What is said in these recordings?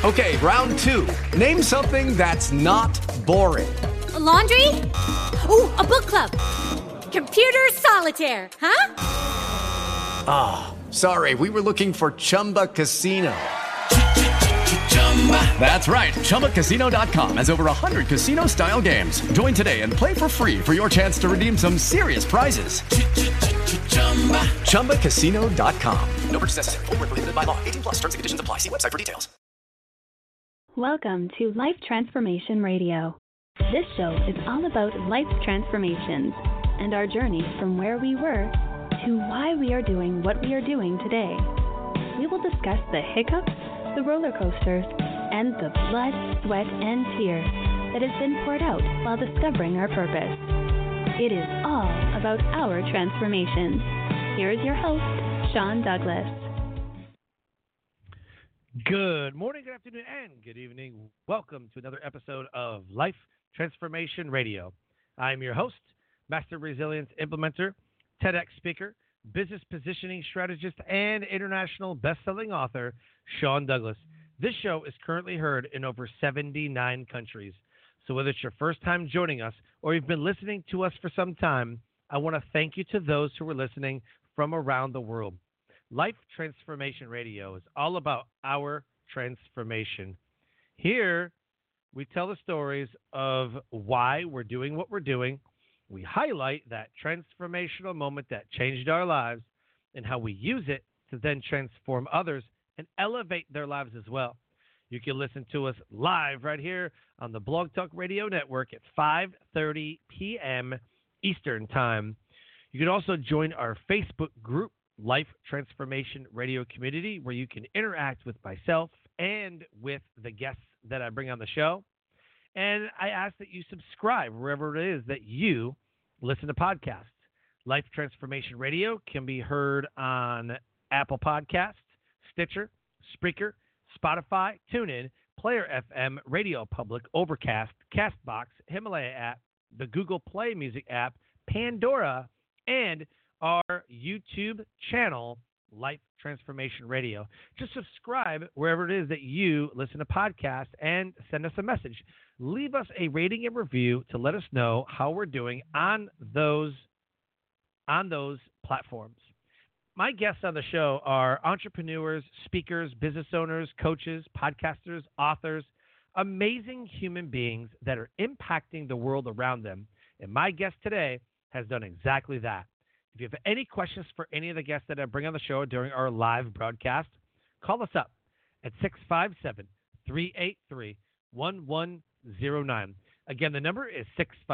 Okay, round two. Name something that's not boring. A laundry? Ooh, a book club. Computer solitaire, huh? Ah, oh, sorry, we were looking for Chumba Casino. That's right, ChumbaCasino.com has over 100 casino-style games. Join today and play for free for your chance to redeem some serious prizes. ChumbaCasino.com. No purchase necessary. Void where prohibited by law. 18 plus terms and conditions apply. See website for details. Welcome to Life Transformation Radio. This show is all about life transformations and our journey from where we were to why we are doing what we are doing today. We will discuss the hiccups, the roller coasters, and the blood, sweat, and tears that has been poured out while discovering our purpose. It is all about our transformations. Here is your host, Sean Douglas. Good morning, good afternoon, and good evening. Welcome to another episode of Life Transformation Radio. I'm your host, Master Resilience Implementer, TEDx speaker, business positioning strategist, and international best-selling author, Sean Douglas. This show is currently heard in over 79 countries. So whether it's your first time joining us or you've been listening to us for some time, I want to thank you to those who are listening from around the world. Life Transformation Radio is all about our transformation. Here, we tell the stories of why we're doing what we're doing. We highlight that transformational moment that changed our lives and how we use it to then transform others and elevate their lives as well. You can listen to us live right here on the Blog Talk Radio Network at 5:30 p.m. Eastern Time. You can also join our Facebook group, Life Transformation Radio Community, where you can interact with myself and with the guests that I bring on the show. And I ask that you subscribe wherever it is that you listen to podcasts. Life Transformation Radio can be heard on Apple Podcasts, Stitcher, Spreaker, Spotify, TuneIn, Player FM, Radio Public, Overcast, CastBox, Himalaya app, the Google Play Music app, Pandora, and our YouTube channel, Life Transformation Radio. Just subscribe wherever it is that you listen to podcasts and send us a message. Leave us a rating and review to let us know how we're doing on those platforms. My guests on the show are entrepreneurs, speakers, business owners, coaches, podcasters, authors, amazing human beings that are impacting the world around them. And my guest today has done exactly that. If you have any questions for any of the guests that I bring on the show during our live broadcast, call us up at 657-383-1109. Again, the number is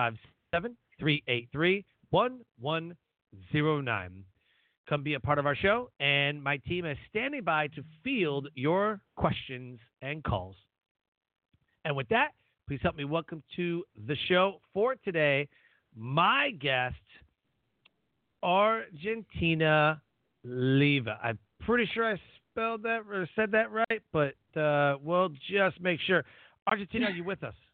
657-383-1109. Come be a part of our show, and my team is standing by to field your questions and calls. And with that, please help me welcome to the show for today my guest, Argentina Leyva. I'm pretty sure I spelled that or said that right, but we'll just make sure. Argentina, are you with us?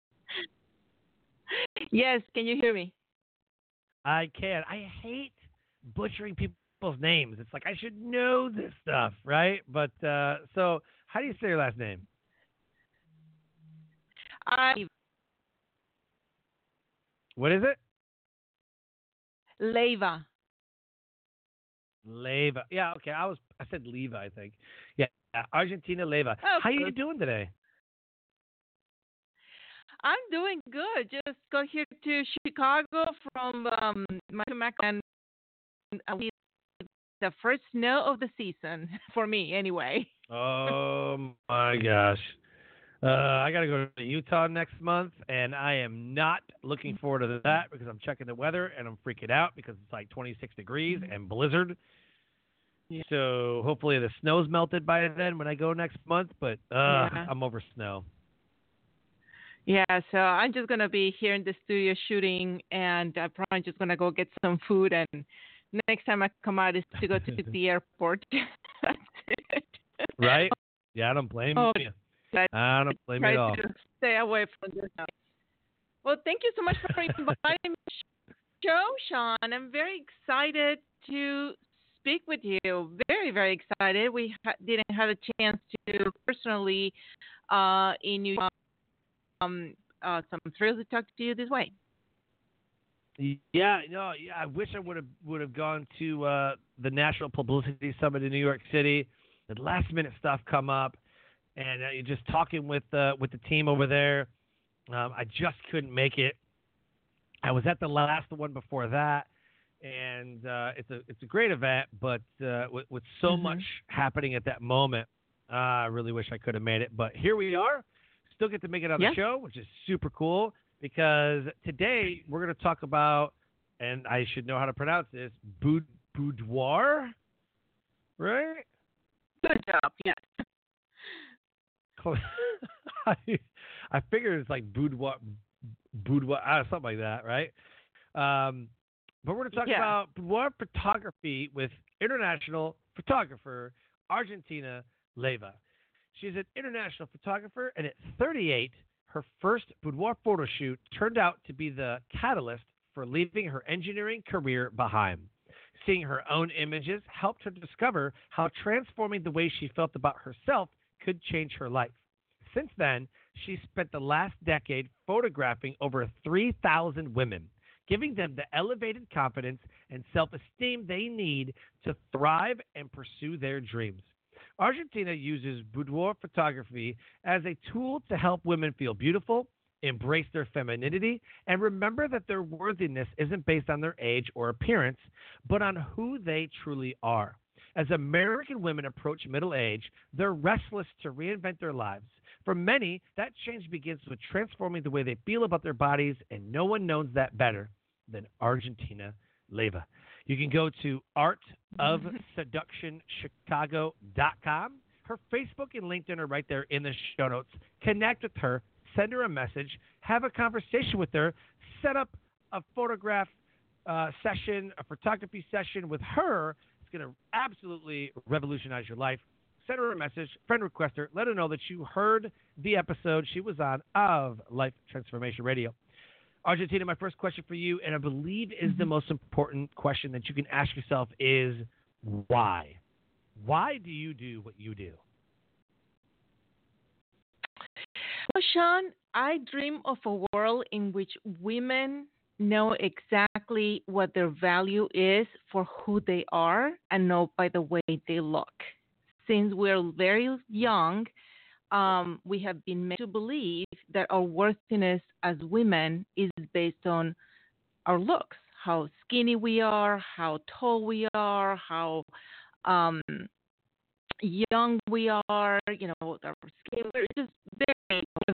Yes, can you hear me? I can. I hate butchering people's names. It's like I should know this stuff, right? But so how do you say your last name? What is it? Leyva. Leyva. Yeah, okay. I said Leyva, I think. Yeah, Argentina Leyva. Oh, how are you doing today? I'm doing good. Just got here to Chicago from Mac, and the first snow of the season for me, anyway. Oh my gosh. I got to go to Utah next month, and I am not looking forward to that because I'm checking the weather, and I'm freaking out because it's like 26 degrees and blizzard. Yeah. So hopefully the snow's melted by then when I go next month, but I'm over snow. Yeah, so I'm just going to be here in the studio shooting, and I'm probably just going to go get some food, and next time I come out is to go to the airport. That's it. Right? Yeah, I don't blame you. I don't blame you at all. To stay away from this. Well, thank you so much for inviting me to the show, Sean. I'm very excited to speak with you. Very, very excited. We didn't have a chance to personally in New York. So I'm thrilled to talk to you this way. Yeah, I wish I would have gone to the National Publicity Summit in New York City. The last minute stuff come up, and just talking with the team over there, I just couldn't make it. I was at the last one before that, and it's a great event, but with so much happening at that moment, I really wish I could have made it. But here we are, still get to make it on the show, which is super cool. Because today we're going to talk about, and I should know how to pronounce this, boudoir, right? Good job, yes. I figured it's like boudoir, something like that, right? But we're going to talk about boudoir photography with international photographer Argentina Leyva. She's an international photographer, and at 38, her first boudoir photo shoot turned out to be the catalyst for leaving her engineering career behind. Seeing her own images helped her discover how transforming the way she felt about herself could change her life. Since then, she spent the last decade photographing over 3,000 women, giving them the elevated confidence and self-esteem they need to thrive and pursue their dreams. Argentina uses boudoir photography as a tool to help women feel beautiful, embrace their femininity, and remember that their worthiness isn't based on their age or appearance, but on who they truly are. As American women approach middle age, they're restless to reinvent their lives. For many, that change begins with transforming the way they feel about their bodies, and no one knows that better than Argentina Leyva. You can go to artofseductionchicago.com. Her Facebook and LinkedIn are right there in the show notes. Connect with her, send her a message, have a conversation with her, set up a photograph session, a photography session with her. It's going to absolutely revolutionize your life. Send her a message, friend request her, let her know that you heard the episode she was on of Life Transformation Radio. Argentina, my first question for you, and I believe is the most important question that you can ask yourself, is why? Why do you do what you do? Well, Sean, I dream of a world in which women know exactly what their value is for who they are and know by the way they look. Since we're very young, we have been made to believe that our worthiness as women is based on our looks, how skinny we are, how tall we are, how young we are, our skin. We're just very,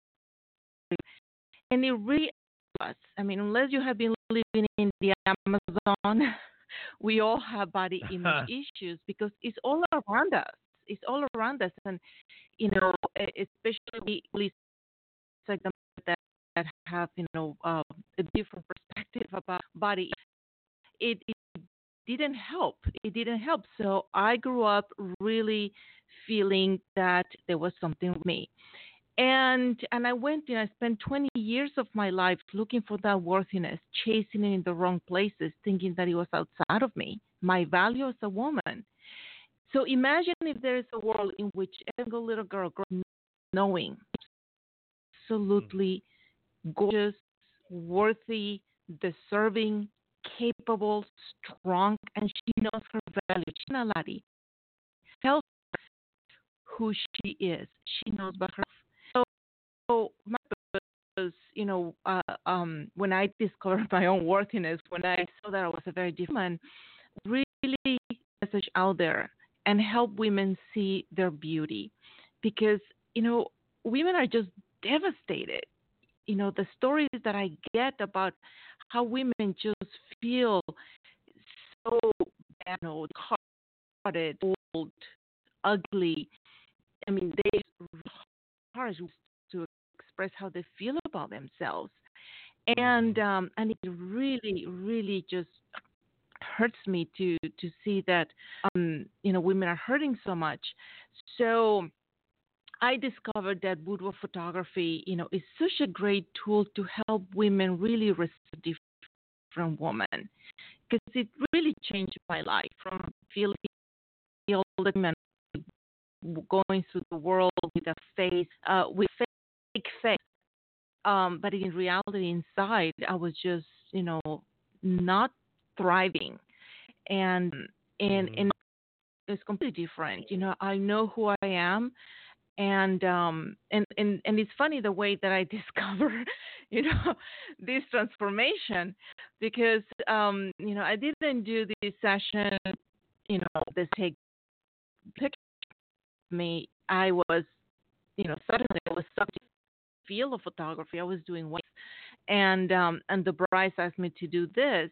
and it really, unless you have been living in the Amazon, we all have body image issues because it's all around us. It's all around us, and especially like that have a different perspective about body. It didn't help. It didn't help. So I grew up really feeling that there was something with me, and I went. I spent 20 years of my life looking for that worthiness, chasing it in the wrong places, thinking that it was outside of me, my value as a woman. So imagine if there is a world in which every little girl grows knowing absolutely gorgeous, worthy, deserving, capable, strong, and she knows her value. Chinalati tells her who she is. She knows about her. So my was, when I discovered my own worthiness, when I saw that I was a very different woman, really message out there and help women see their beauty, because women are just devastated. The stories that I get about how women just feel so bad, hearted, old, ugly. They hard to express how they feel about themselves, and it really, really just hurts me to see that women are hurting so much. So I discovered that boudoir photography is such a great tool to help women really receive different women, because it really changed my life from feeling all the men going through the world with a face, with fake face. But in reality, inside, I was just, not thriving, and and it's completely different. I know who I am, and it's funny the way that I discover, this transformation, because I didn't do this session, this take picture of me. I was, suddenly I was subject to the field of photography. I was doing weddings, and the brides asked me to do this,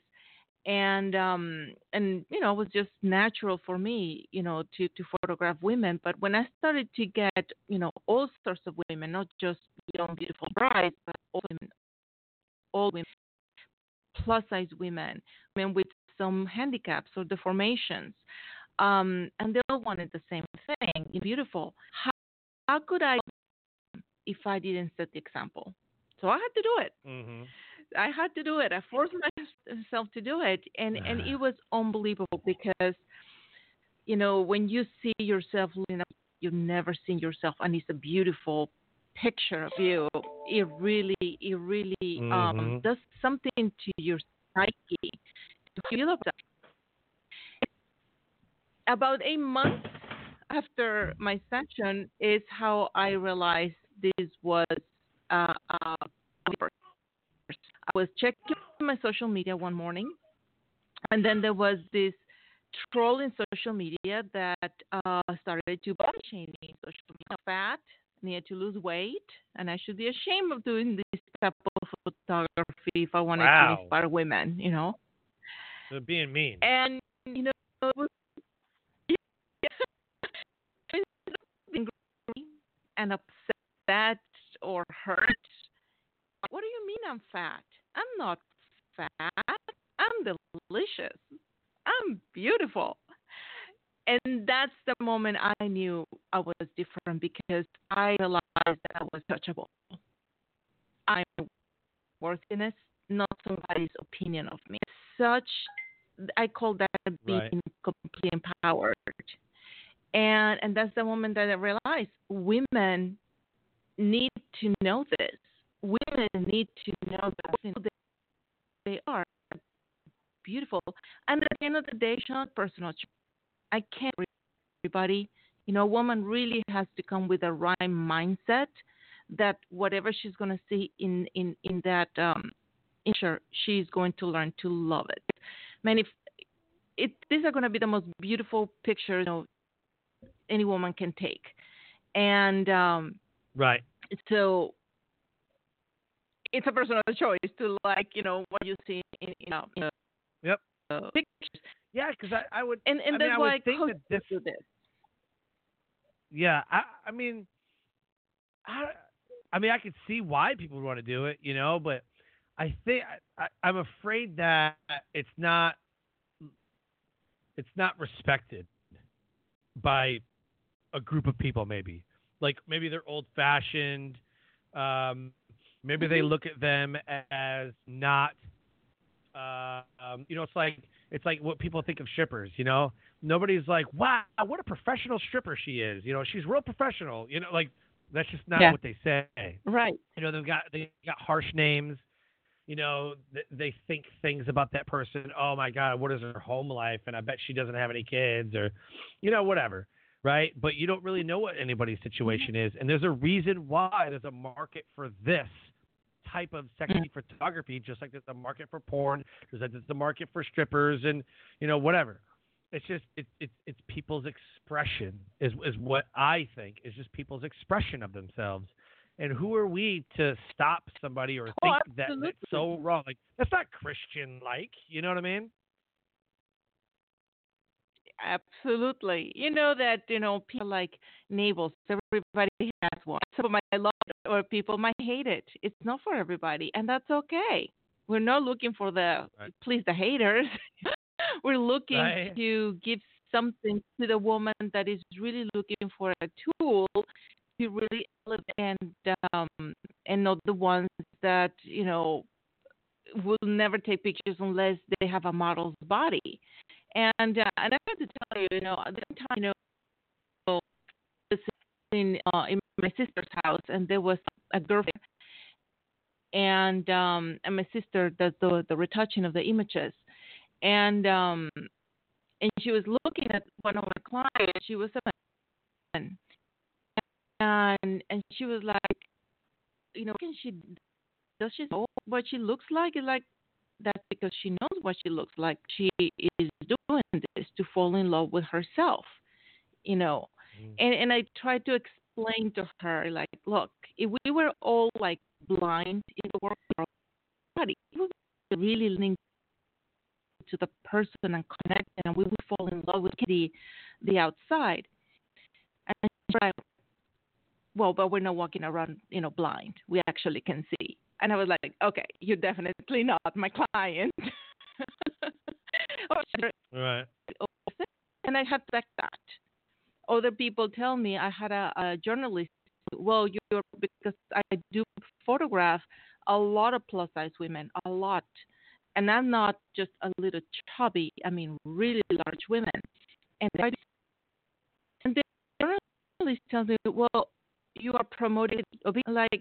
and it was just natural for me, to photograph women. But when I started to get, all sorts of women, not just young beautiful brides, but all women, plus size women with some handicaps or deformations, and they all wanted the same thing, beautiful. How could I, if I didn't set the example? So I had to do it. I had to do it. I forced myself to do it, and it was unbelievable because, when you see yourself, you've never seen yourself, and it's a beautiful picture of you. It really does something to your psyche to feel of that. About 8 months after my session is how I realized this was I was checking my social media one morning, and then there was this troll in social media that started to body shame me. Social media, fat, needed to lose weight, and I should be ashamed of doing this type of photography if I wanted to inspire women, So being mean. And, it was and upset or hurt. What do you mean I'm fat? I'm not fat. I'm delicious. I'm beautiful. And that's the moment I knew I was different, because I realized that I was touchable. I'm worthiness, not somebody's opinion of me. I call that being completely empowered. And that's the moment that I realized women need to know this. Women need to know that they are beautiful. And at the end of the day, it's not personal. I can't read everybody. A woman really has to come with a right mindset that whatever she's going to see in that picture, she's going to learn to love it. Man, these are going to be the most beautiful pictures any woman can take. And so it's a personal choice to like, what you see in pictures. Yeah, because I would, and that's why I think that this. Do this. Yeah, I mean, I could see why people would want to do it, but I think I'm afraid that it's not respected by a group of people. Maybe they're old fashioned. Maybe they look at them as not. It's like what people think of strippers. Nobody's like, wow, what a professional stripper she is. She's real professional. That's just not what they say. Right. They got harsh names. They think things about that person. Oh my God, what is her home life? And I bet she doesn't have any kids, or, whatever. Right. But you don't really know what anybody's situation is. And there's a reason why there's a market for this type of sexy photography, just like there's a market for porn, just like there's a market for strippers and, whatever. It's just, it's people's expression is what I think is just people's expression of themselves. And who are we to stop somebody or think that that's so wrong? Like, that's not Christian-like. You know what I mean? Absolutely. People like navels. Everybody has one. Some might love it, or people might hate it. It's not for everybody, and that's okay. We're not looking for please the haters. We're looking to give something to the woman that is really looking for a tool to really elevate and not the ones that will never take pictures unless they have a model's body. And I have to tell you, at the time, in my sister's house, and there was a girl, and my sister does the retouching of the images, and she was looking at one of our clients. She was a man, and she was like, can she does she know what she looks like? It's like that's because she knows what she looks like. She is doing this to fall in love with herself, And I tried to explain to her, like, look, if we were all like blind in the world of our body, we would really link to the person and connect, and we would fall in love with the outside. And she's like, well, but we're not walking around, blind. We actually can see. And I was like, okay, you're definitely not my client. Right. And I had to expect that. Other people tell me, I had a journalist, well, because I do photograph a lot of plus size women, a lot. And I'm not just a little chubby, I mean really large women. And the journalist tells me, well, you are promoted, like,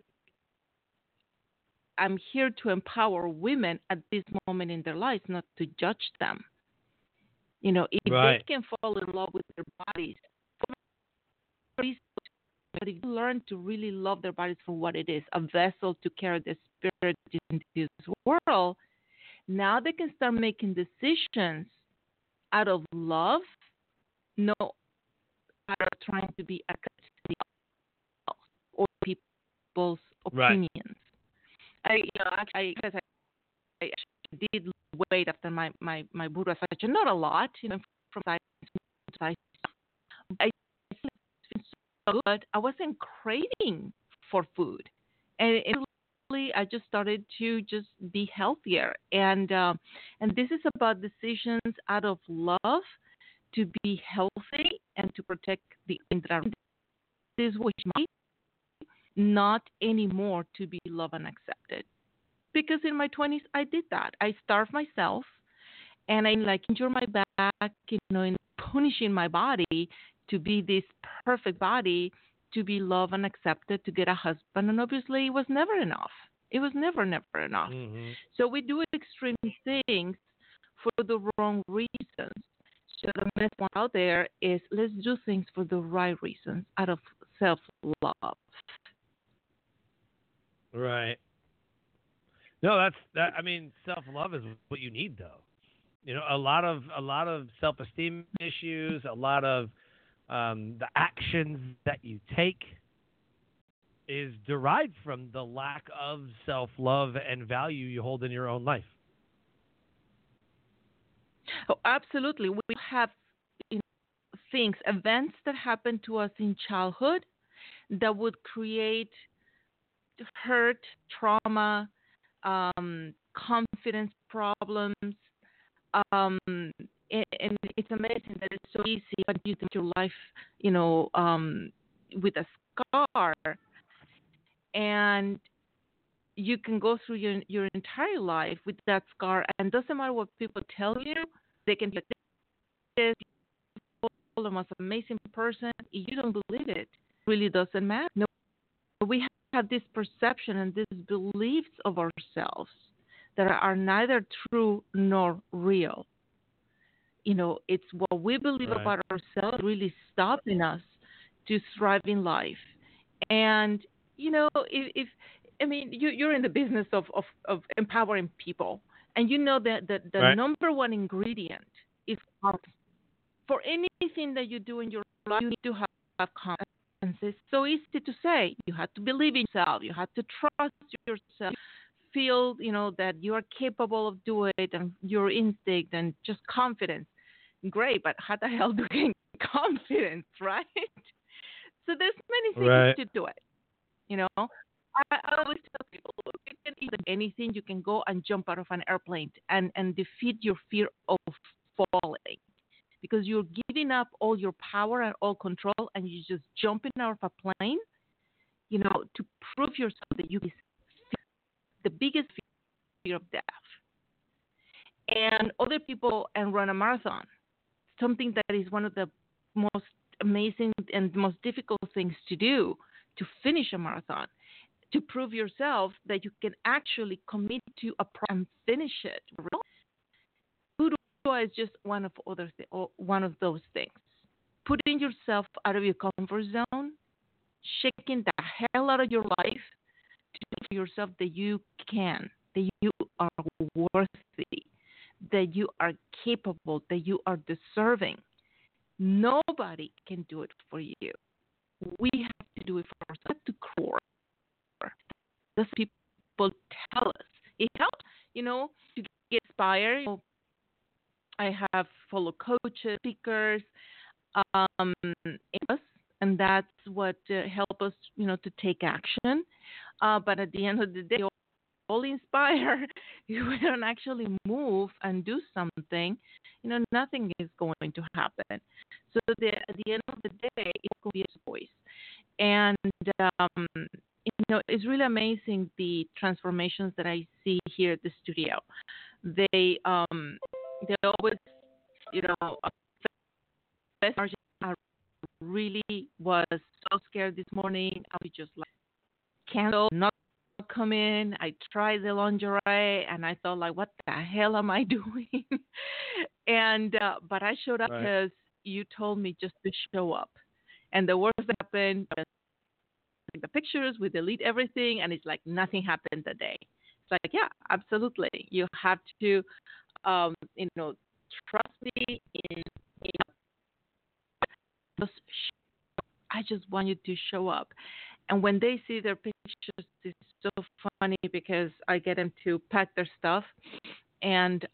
I'm here to empower women at this moment in their lives, not to judge them. If right. they can fall in love with their bodies, but if you learn to really love their bodies for what it is, a vessel to carry the spirit into this world, now they can start making decisions out of love, no out of trying to be or people's opinions. Right. I did weight after my Buddha session, not a lot, from size to size. I feel so good. I wasn't craving for food, and really, I just started to just be healthier. And this is about decisions out of love to be healthy and to protect the environment. This which might not anymore to be loved and accepted. Because in my 20s, I did that. I starved myself, and I injure my back, in punishing my body to be this perfect body, to be loved and accepted, to get a husband. And obviously, it was never enough. It was never enough. Mm-hmm. So we do extreme things for the wrong reasons. So the message out there is, let's do things for the right reasons, out of self-love. Right. No, that. I mean, self-love is what you need, though. A lot of self-esteem issues, a lot of the actions that you take is derived from the lack of self-love and value you hold in your own life. Oh, absolutely. We have events that happen to us in childhood that would create hurt, trauma, confidence problems, and it's amazing that it's so easy when you think your life, with a scar, and you can go through your entire life with that scar, and doesn't matter what people tell you, they can be like, this the most amazing person. If you don't believe it, it really doesn't matter. No, we have this perception and these beliefs of ourselves that are neither true nor real. It's what we believe about ourselves really stopping us to thrive in life. And if you're in the business of empowering people, and that the number one ingredient is confidence. For anything that you do in your life, you need to have confidence. It's so easy to say. You have to believe in yourself. You have to trust yourself. Feel, that you are capable of doing it, and your instinct and just confidence. Great, but how the hell do you get confidence, right? So there's many things to do it. I always tell people, you can eat anything. You can go and jump out of an airplane and defeat your fear of falling. Because you're giving up all your power and all control, and you're just jumping out of a plane, to prove yourself that you is the biggest fear of death. And other people and run a marathon, something that is one of the most amazing and most difficult things to do to finish a marathon, to prove yourself that you can actually commit to a program and finish it. Budo is just one of those things. Putting yourself out of your comfort zone, shaking the hell out of your life to prove to yourself that you can, that you are worthy, that you are capable, that you are deserving. Nobody can do it for you. We have to do it for ourselves to core. Those people tell us. It helps, to get inspired. I have follow coaches, speakers, and that's what help us, to take action. But at the end of the day, all inspire. If we don't actually move and do something, nothing is going to happen. So at the end of the day, it's going to be a choice. And it's really amazing the transformations that I see here at the studio. They always, I really was so scared this morning. I was just like, candle not come in. I tried the lingerie and I thought, like, what the hell am I doing? And but I showed up because you told me just to show up. And the worst that happened, the pictures, we delete everything, and it's like nothing happened that day. It's like, yeah, absolutely. You have to, trust me. I just want you to show up. And when they see their pictures, it's so funny because I get them to pack their stuff, and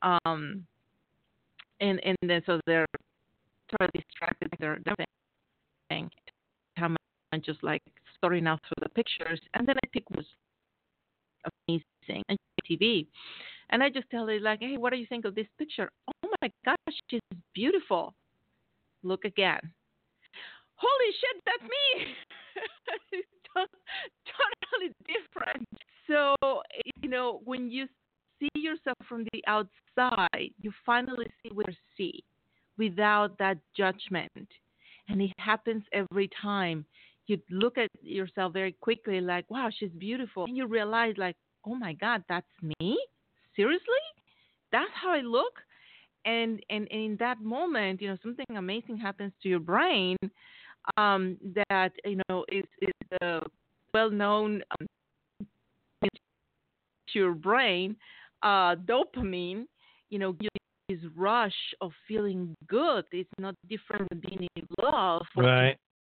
then so they're totally distracted. They're thing. I'm just like starting out through the pictures, and then I pick was amazing and TV, and I just tell it like, hey, what do you think of this picture? Oh my gosh, she's beautiful. Look again. Holy shit, that's me. It's totally different. So, when you see yourself from the outside, you finally see what you see without that judgment. And it happens every time. You look at yourself very quickly like, wow, she's beautiful. And you realize like, oh my God, that's me? Seriously? That's how I look? And in that moment, something amazing happens to your brain that, is well-known to your brain, dopamine, this rush of feeling good. It's not different than being in love. Right.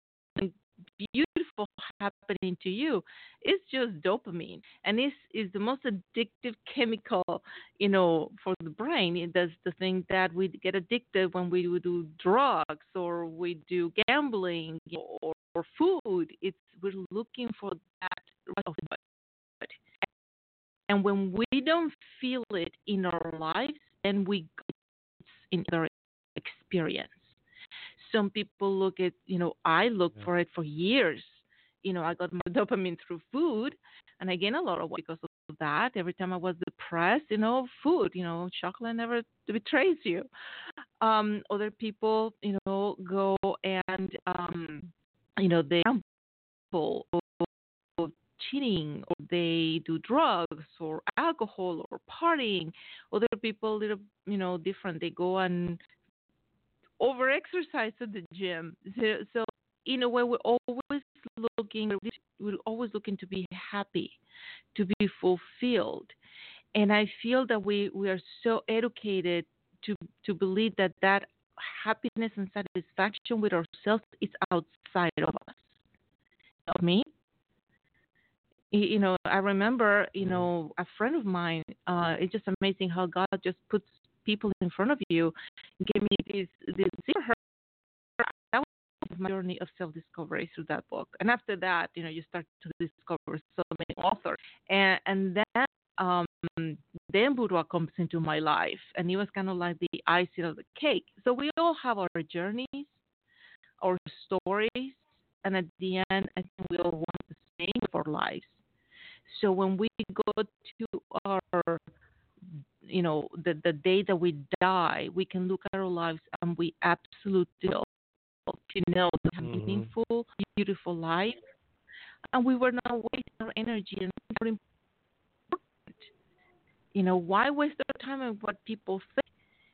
Beautiful happening to you. It's just dopamine, and this is the most addictive chemical, for the brain. It does the thing that we get addicted when we do drugs or we do gambling or food. We're looking for that rush of good, and when we don't feel it in our lives, then we go in other experience. Some people look at, I looked for it for years. I got my dopamine through food, and I gained a lot of weight because of that. Every time I was depressed, food, chocolate never betrays you. Other people, go and, they gamble or cheating, or they do drugs or alcohol or partying. Other people, different. They go and over-exercise at the gym. So in a way, we're always looking to be happy, to be fulfilled. And I feel that we are so educated to believe that happiness and satisfaction with ourselves is outside of us. Not me. I remember, a friend of mine, it's just amazing how God just puts people in front of you. Give me this that was my journey of self-discovery through that book. And after that, you start to discover so many authors. And then Buddha comes into my life, and it was kind of like the icing of the cake. So we all have our journeys, our stories, and at the end, I think we all want the same for our lives. So when we go to our the day that we die, we can look at our lives and we absolutely feel to know to have a meaningful, beautiful life, and we were not wasting our energy and more important. Why waste our time on what people think?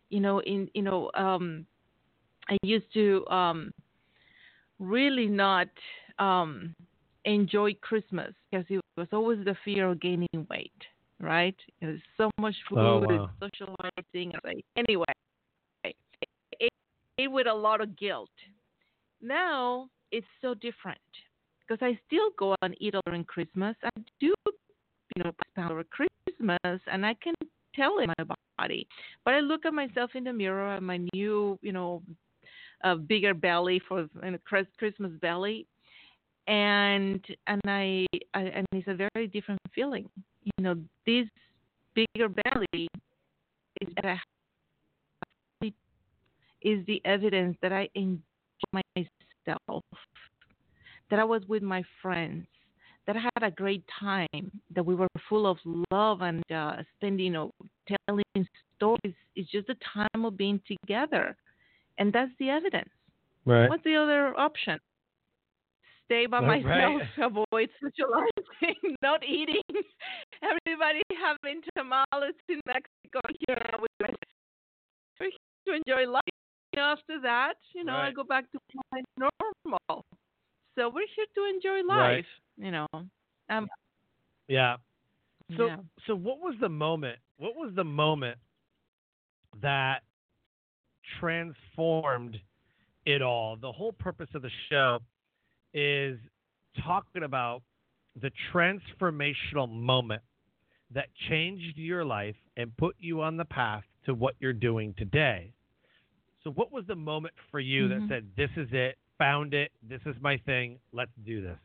I used to really not enjoy Christmas because it was always the fear of gaining weight, right? There's so much food, and socializing. Anyway, I ate with a lot of guilt. Now it's so different because I still go and eat during Christmas. I do, over Christmas, and I can tell in my body. But I look at myself in the mirror at my new, bigger belly Christmas belly, and it's a very different feeling. This bigger belly is the evidence that I enjoy myself, that I was with my friends, that I had a great time, that we were full of love and spending, telling stories. It's just the time of being together. And that's the evidence. Right. What's the other option? Stay by myself, avoid socializing, not eating. Everybody having tamales in Mexico here with me. We're here to enjoy life. After that, I go back to my normal. So we're here to enjoy life. Right. Yeah. So what was the moment? What was the moment that transformed it all? The whole purpose of the show is talking about the transformational moment that changed your life and put you on the path to what you're doing today. So what was the moment for you that said, this is it, found it, this is my thing, let's do this?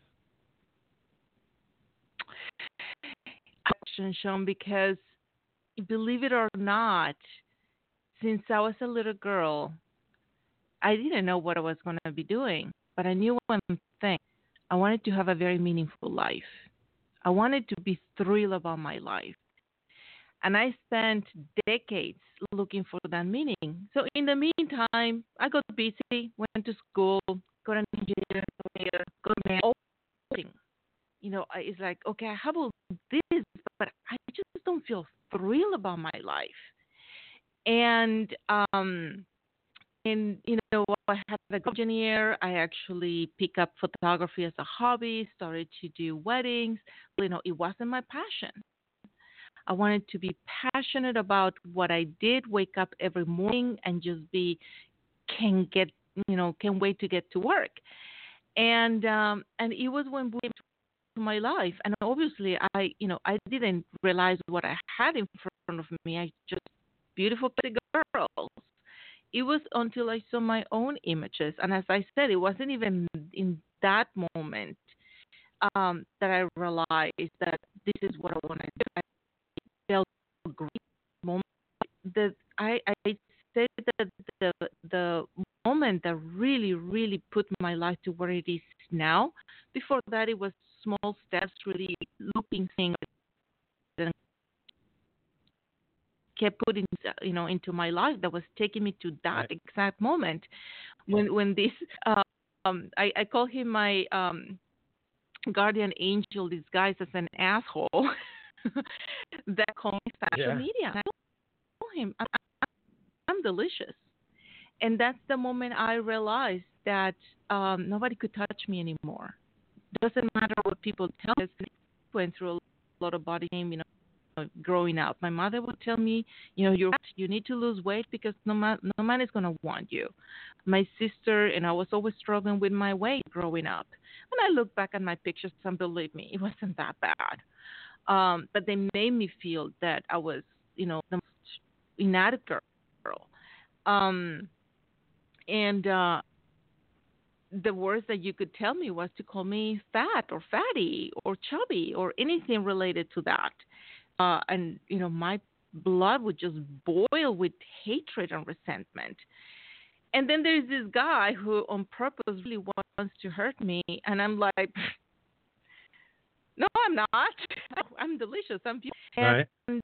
Question, Sean, because believe it or not, since I was a little girl, I didn't know what I was going to be doing, but I knew one thing. I wanted to have a very meaningful life. I wanted to be thrilled about my life. And I spent decades looking for that meaning. So in the meantime, I got busy, went to school, got an engineer, got married, everything. It's like, okay, I have all this, but I just don't feel thrilled about my life. And I had a engineer. I actually picked up photography as a hobby, started to do weddings. It wasn't my passion. I wanted to be passionate about what I did, wake up every morning and just can't wait to get to work. And it was when we came to my life. And obviously I didn't realize what I had in front of me. I just beautiful pretty girls. It was until I saw my own images. And as I said, it wasn't even in that moment that I realized that this is what I want to do. I felt a great moment. That I said that the moment that really, really put my life to where it is now. Before that, it was small steps, really looping things, and kept putting into my life that was taking me to that exact moment when this I call him my guardian angel disguised as an asshole that called me social media. And I told him I'm delicious, and that's the moment I realized that nobody could touch me anymore. Doesn't matter what people tell us. I went through a lot of body shame, growing up. My mother would tell me, you need to lose weight because no man is going to want you. My sister and I was always struggling with my weight growing up. And I look back at my pictures and believe me, it wasn't that bad. But they made me feel that I was, the most inadequate girl. The worst that you could tell me was to call me fat or fatty or chubby or anything related to that. And my blood would just boil with hatred and resentment. And then there's this guy who on purpose really wants to hurt me. And I'm like, no, I'm not. I'm delicious. I'm beautiful. Right. And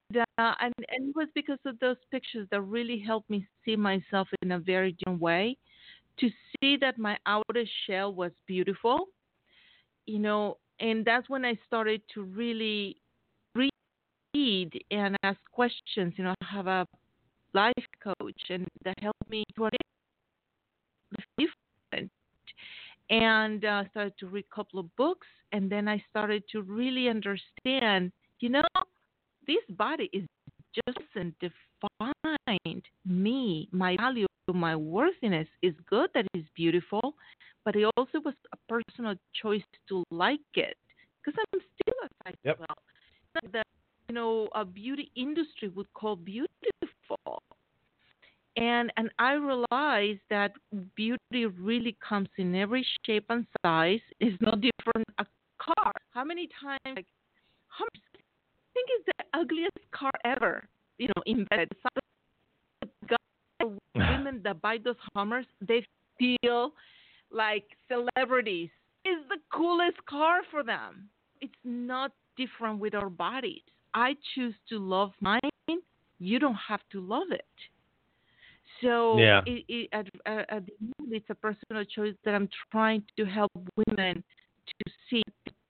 it was because of those pictures that really helped me see myself in a very different way, to see that my outer shell was beautiful, and that's when I started to really read and ask questions. I have a life coach, and that helped me to different. And started to read a couple of books, and then I started to really understand, this body is just doesn't define me, my value, my worthiness. Is good that it's beautiful, but it also was a personal choice to like it, because I'm still a size 12. That a beauty industry would call beautiful. And I realized that beauty really comes in every shape and size. It's no different a car. How many times, Hummers, I think it's the ugliest car ever, invented. Some women that buy those Hummers, they feel like celebrities. It's the coolest car for them. It's not different with our bodies. I choose to love mine. You don't have to love it. So at the end, it's a personal choice that I'm trying to help women to see.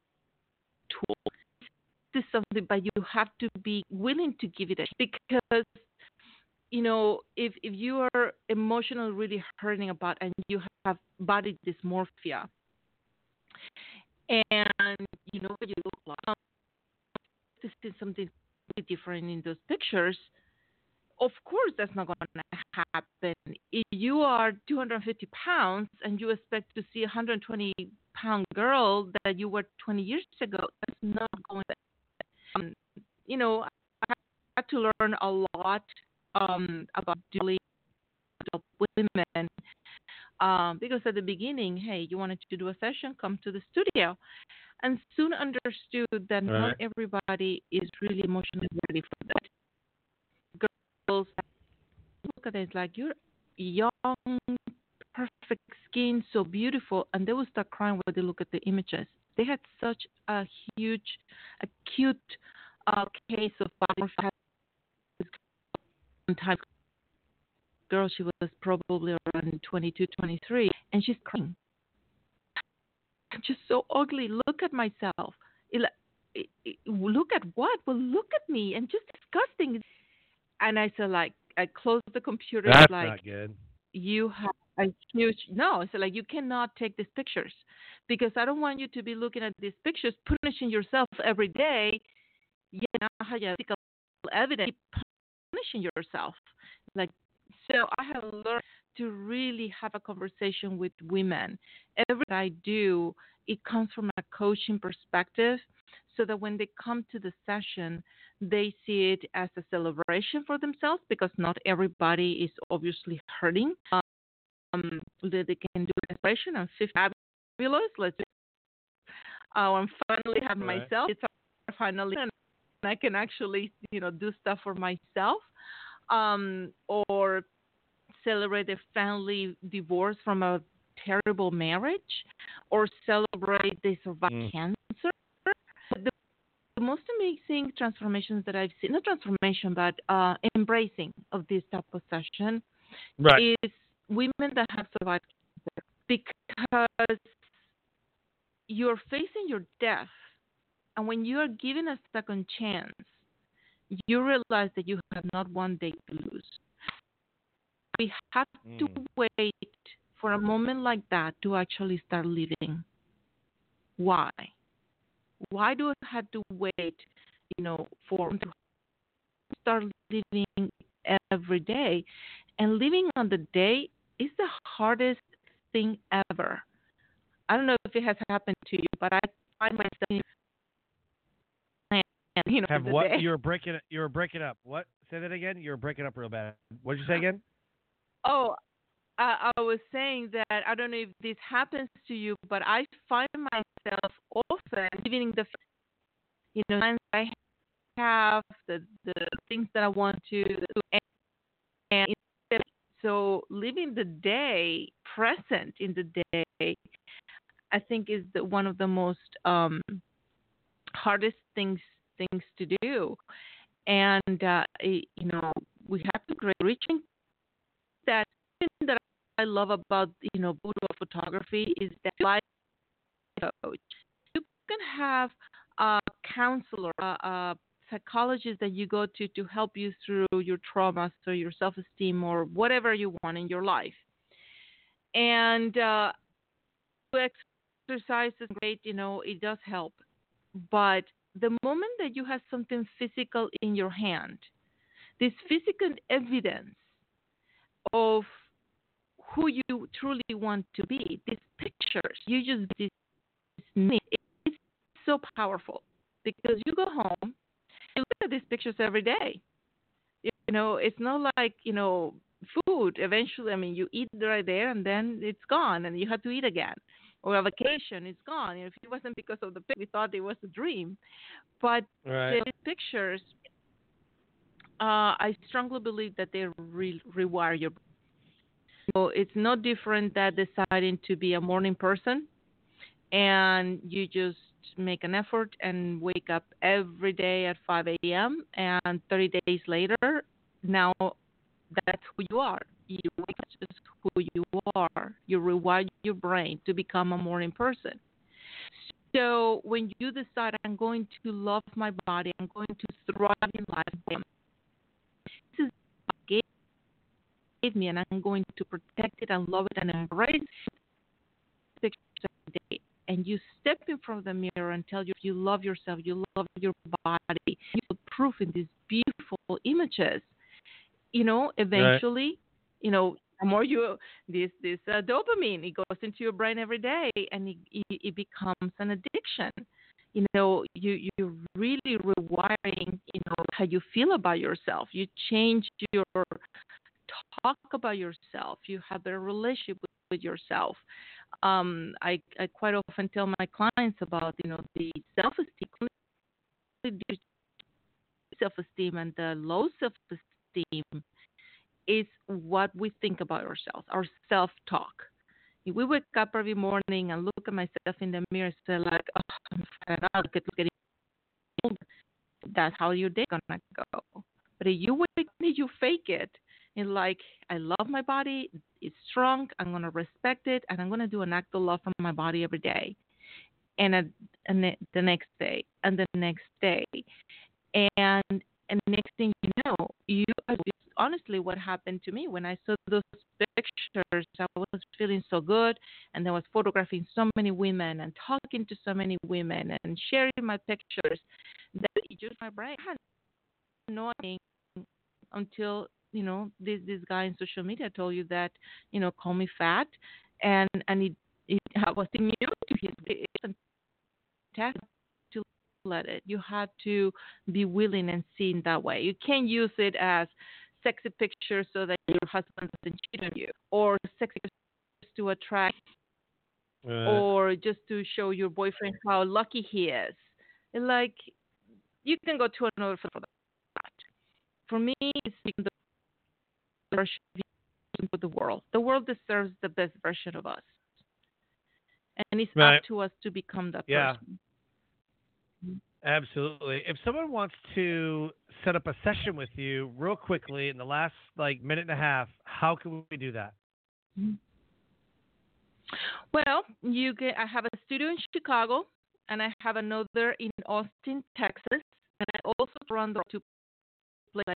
This is something, but you have to be willing to give it a because if you are emotionally really hurting about and you have body dysmorphia and you look like this is something really different in those pictures. Of course, that's not going to happen. If you are 250 pounds and you expect to see a 120-pound girl that you were 20 years ago, that's not going to happen. I had to learn a lot about dealing with women because at the beginning, hey, you wanted to do a session, come to the studio. And soon understood that not everybody is really emotionally ready for that. Girls look at it, it's like, you're young, perfect skin, so beautiful, and they will start crying when they look at the images. They had such a huge, acute case of body time. Girl, she was probably around 22, 23, and she's crying. I'm just so ugly. Look at myself. Look at what? Well, look at me, and just disgusting. And I said, I closed the computer. That's like, not good. You have a huge no. So you cannot take these pictures because I don't want you to be looking at these pictures, punishing yourself every day. Yeah, physical evidence, punishing yourself. So I have learned to really have a conversation with women. Everything I do, it comes from a coaching perspective, so that when they come to the session, they see it as a celebration for themselves, because not everybody is obviously hurting. That they can do an inspiration. I'm fabulous. Let's do I'm finally have myself. It's finally, and I can actually, do stuff for myself, or celebrate a family divorce from a terrible marriage, or celebrate they survived cancer. The most amazing transformations that I've seen, not transformation, but embracing of this type of session, is women that have survived cancer, because you're facing your death, and when you are given a second chance, you realize that you have not one day to lose. We have to wait for a moment like that to actually start living. Why? Why do I have to wait, for to start living every day? And living on the day is the hardest thing ever. I don't know if it has happened to you, but I find myself, Have what? day. You were breaking up. What? Say that again. You were breaking up real bad. What did you say again? Oh, I was saying that I don't know if this happens to you, but I find myself often living the, times I have the things that I want to do, and so living the day, present in the day, I think is one of the most hardest things to do, and we have to reaching that I love about boudoir photography is that life coach. You can have a counselor, a psychologist that you go to help you through your traumas, through your self-esteem, or whatever you want in your life. And exercise is great, it does help. But the moment that you have something physical in your hand, this physical evidence of who you truly want to be, these pictures, it's so powerful because you go home, you look at these pictures every day. It's not like, food. Eventually, you eat right there and then it's gone and you have to eat again. Or a vacation, it's gone. If it wasn't because of the picture, we thought it was a dream. But right. The pictures, I strongly believe that they rewire your brain. So it's no different than deciding to be a morning person and you just make an effort and wake up every day at 5 a.m. and 30 days later, now that's who you are. You wake up just who you are. You rewire your brain to become a morning person. So when you decide, I'm going to love my body, I'm going to thrive in life, this is what God gave me, and I'm going to protect it and love it and embrace it every day. And you step in front of the mirror and tell you love yourself, you love your body. You put proof in these beautiful images. Eventually, the more this dopamine, it goes into your brain every day, and it becomes an addiction. You're really rewiring, how you feel about yourself. You change your talk about yourself. You have a relationship with yourself. I quite often tell my clients about, the self-esteem and the low self-esteem is what we think about ourselves, our self-talk. If we wake up every morning and look at myself in the mirror and say like, oh, I'm fat, look at it, that's how your day gonna go. But if you wake up and you fake it, and like, I love my body, it's strong, I'm gonna respect it, and I'm gonna do an act of love for my body every day, and the next day, and the next day, and the next thing you know, honestly, what happened to me when I saw those pictures, I was feeling so good, and I was photographing so many women and talking to so many women and sharing my pictures that it just my brain had no idea until this guy in social media told you that call me fat, and I was immune to his. It's fantastic to let it. You have to be willing and seen that way. You can't use it as sexy pictures so that your husband doesn't cheat on you, or sexy pictures to attract, or just to show your boyfriend how lucky he is. Like, you can go to another for that. For me, it's the version of the world. The world deserves the best version of us, and it's up to us to become that person. Absolutely. If someone wants to set up a session with you real quickly in the last minute and a half, how can we do that? Well, I have a studio in Chicago, and I have another in Austin, Texas, and I also run the two places,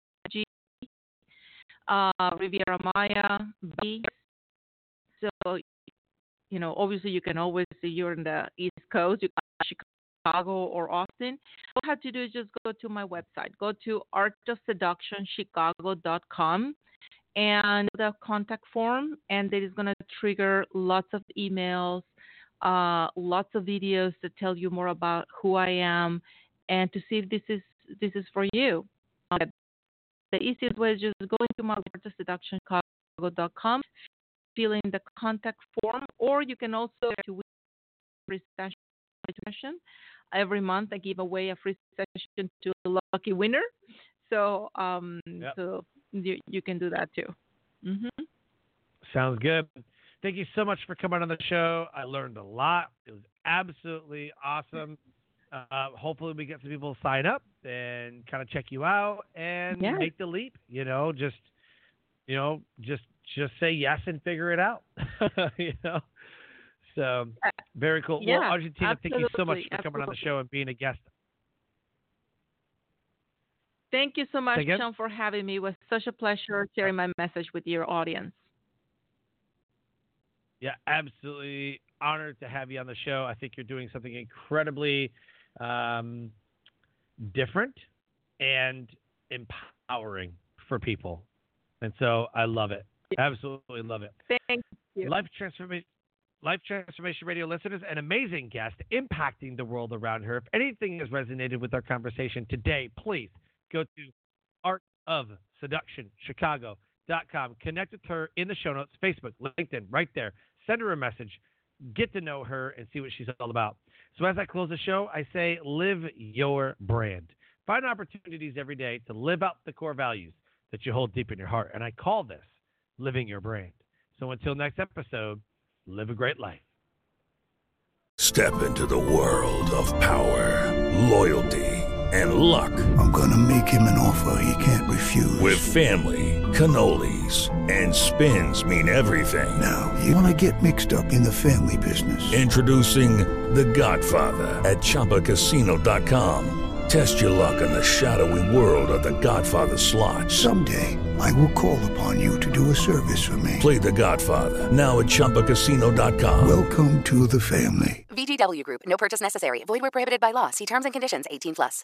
Riviera Maya, B. So, obviously you can always see you're in the East Coast, you got Chicago or Austin. All you have to do is just go to my website. Go to artofseductionchicago.com and the contact form, and that is going to trigger lots of emails, lots of videos that tell you more about who I am, and to see if this is for you. The easiest way is just going to my artofseductionchicago.com, fill in the contact form, or you can also do free session. Every month I give away a free session to a lucky winner. So so you can do that too. Mm-hmm. Sounds good. Thank you so much for coming on the show. I learned a lot. It was absolutely awesome. Hopefully we get some people to sign up and kind of check you out and make the leap. Just just say yes and figure it out. So very cool. Yeah, well, Argentina, thank you so much for coming on the absolutely. show and being a guest. Thank you so much, Say again? Sean, for having me. It was such a pleasure sharing my message with your audience. Yeah, absolutely honored to have you on the show. I think you're doing something incredibly different and empowering for people. And so I love it. Absolutely love it. Thank you. Life Transformation Radio listeners, an amazing guest impacting the world around her. If anything has resonated with our conversation today, please go to artofseductionchicago.com. Connect with her in the show notes, Facebook, LinkedIn, right there. Send her a message. Get to know her and see what she's all about. So as I close the show, I say live your brand. Find opportunities every day to live out the core values that you hold deep in your heart. And I call this living your brand. So until next episode, live a great life. Step into the world of power, loyalty, and luck. I'm gonna make him an offer he can't refuse. With family, cannolis, and spins mean everything. Now, you wanna get mixed up in the family business. Introducing The Godfather at ChumbaCasino.com. Test your luck in the shadowy world of The Godfather slot. Someday, I will call upon you to do a service for me. Play The Godfather now at ChumbaCasino.com. Welcome to the family. VGW Group. No purchase necessary. Void where prohibited by law. See terms and conditions. 18+.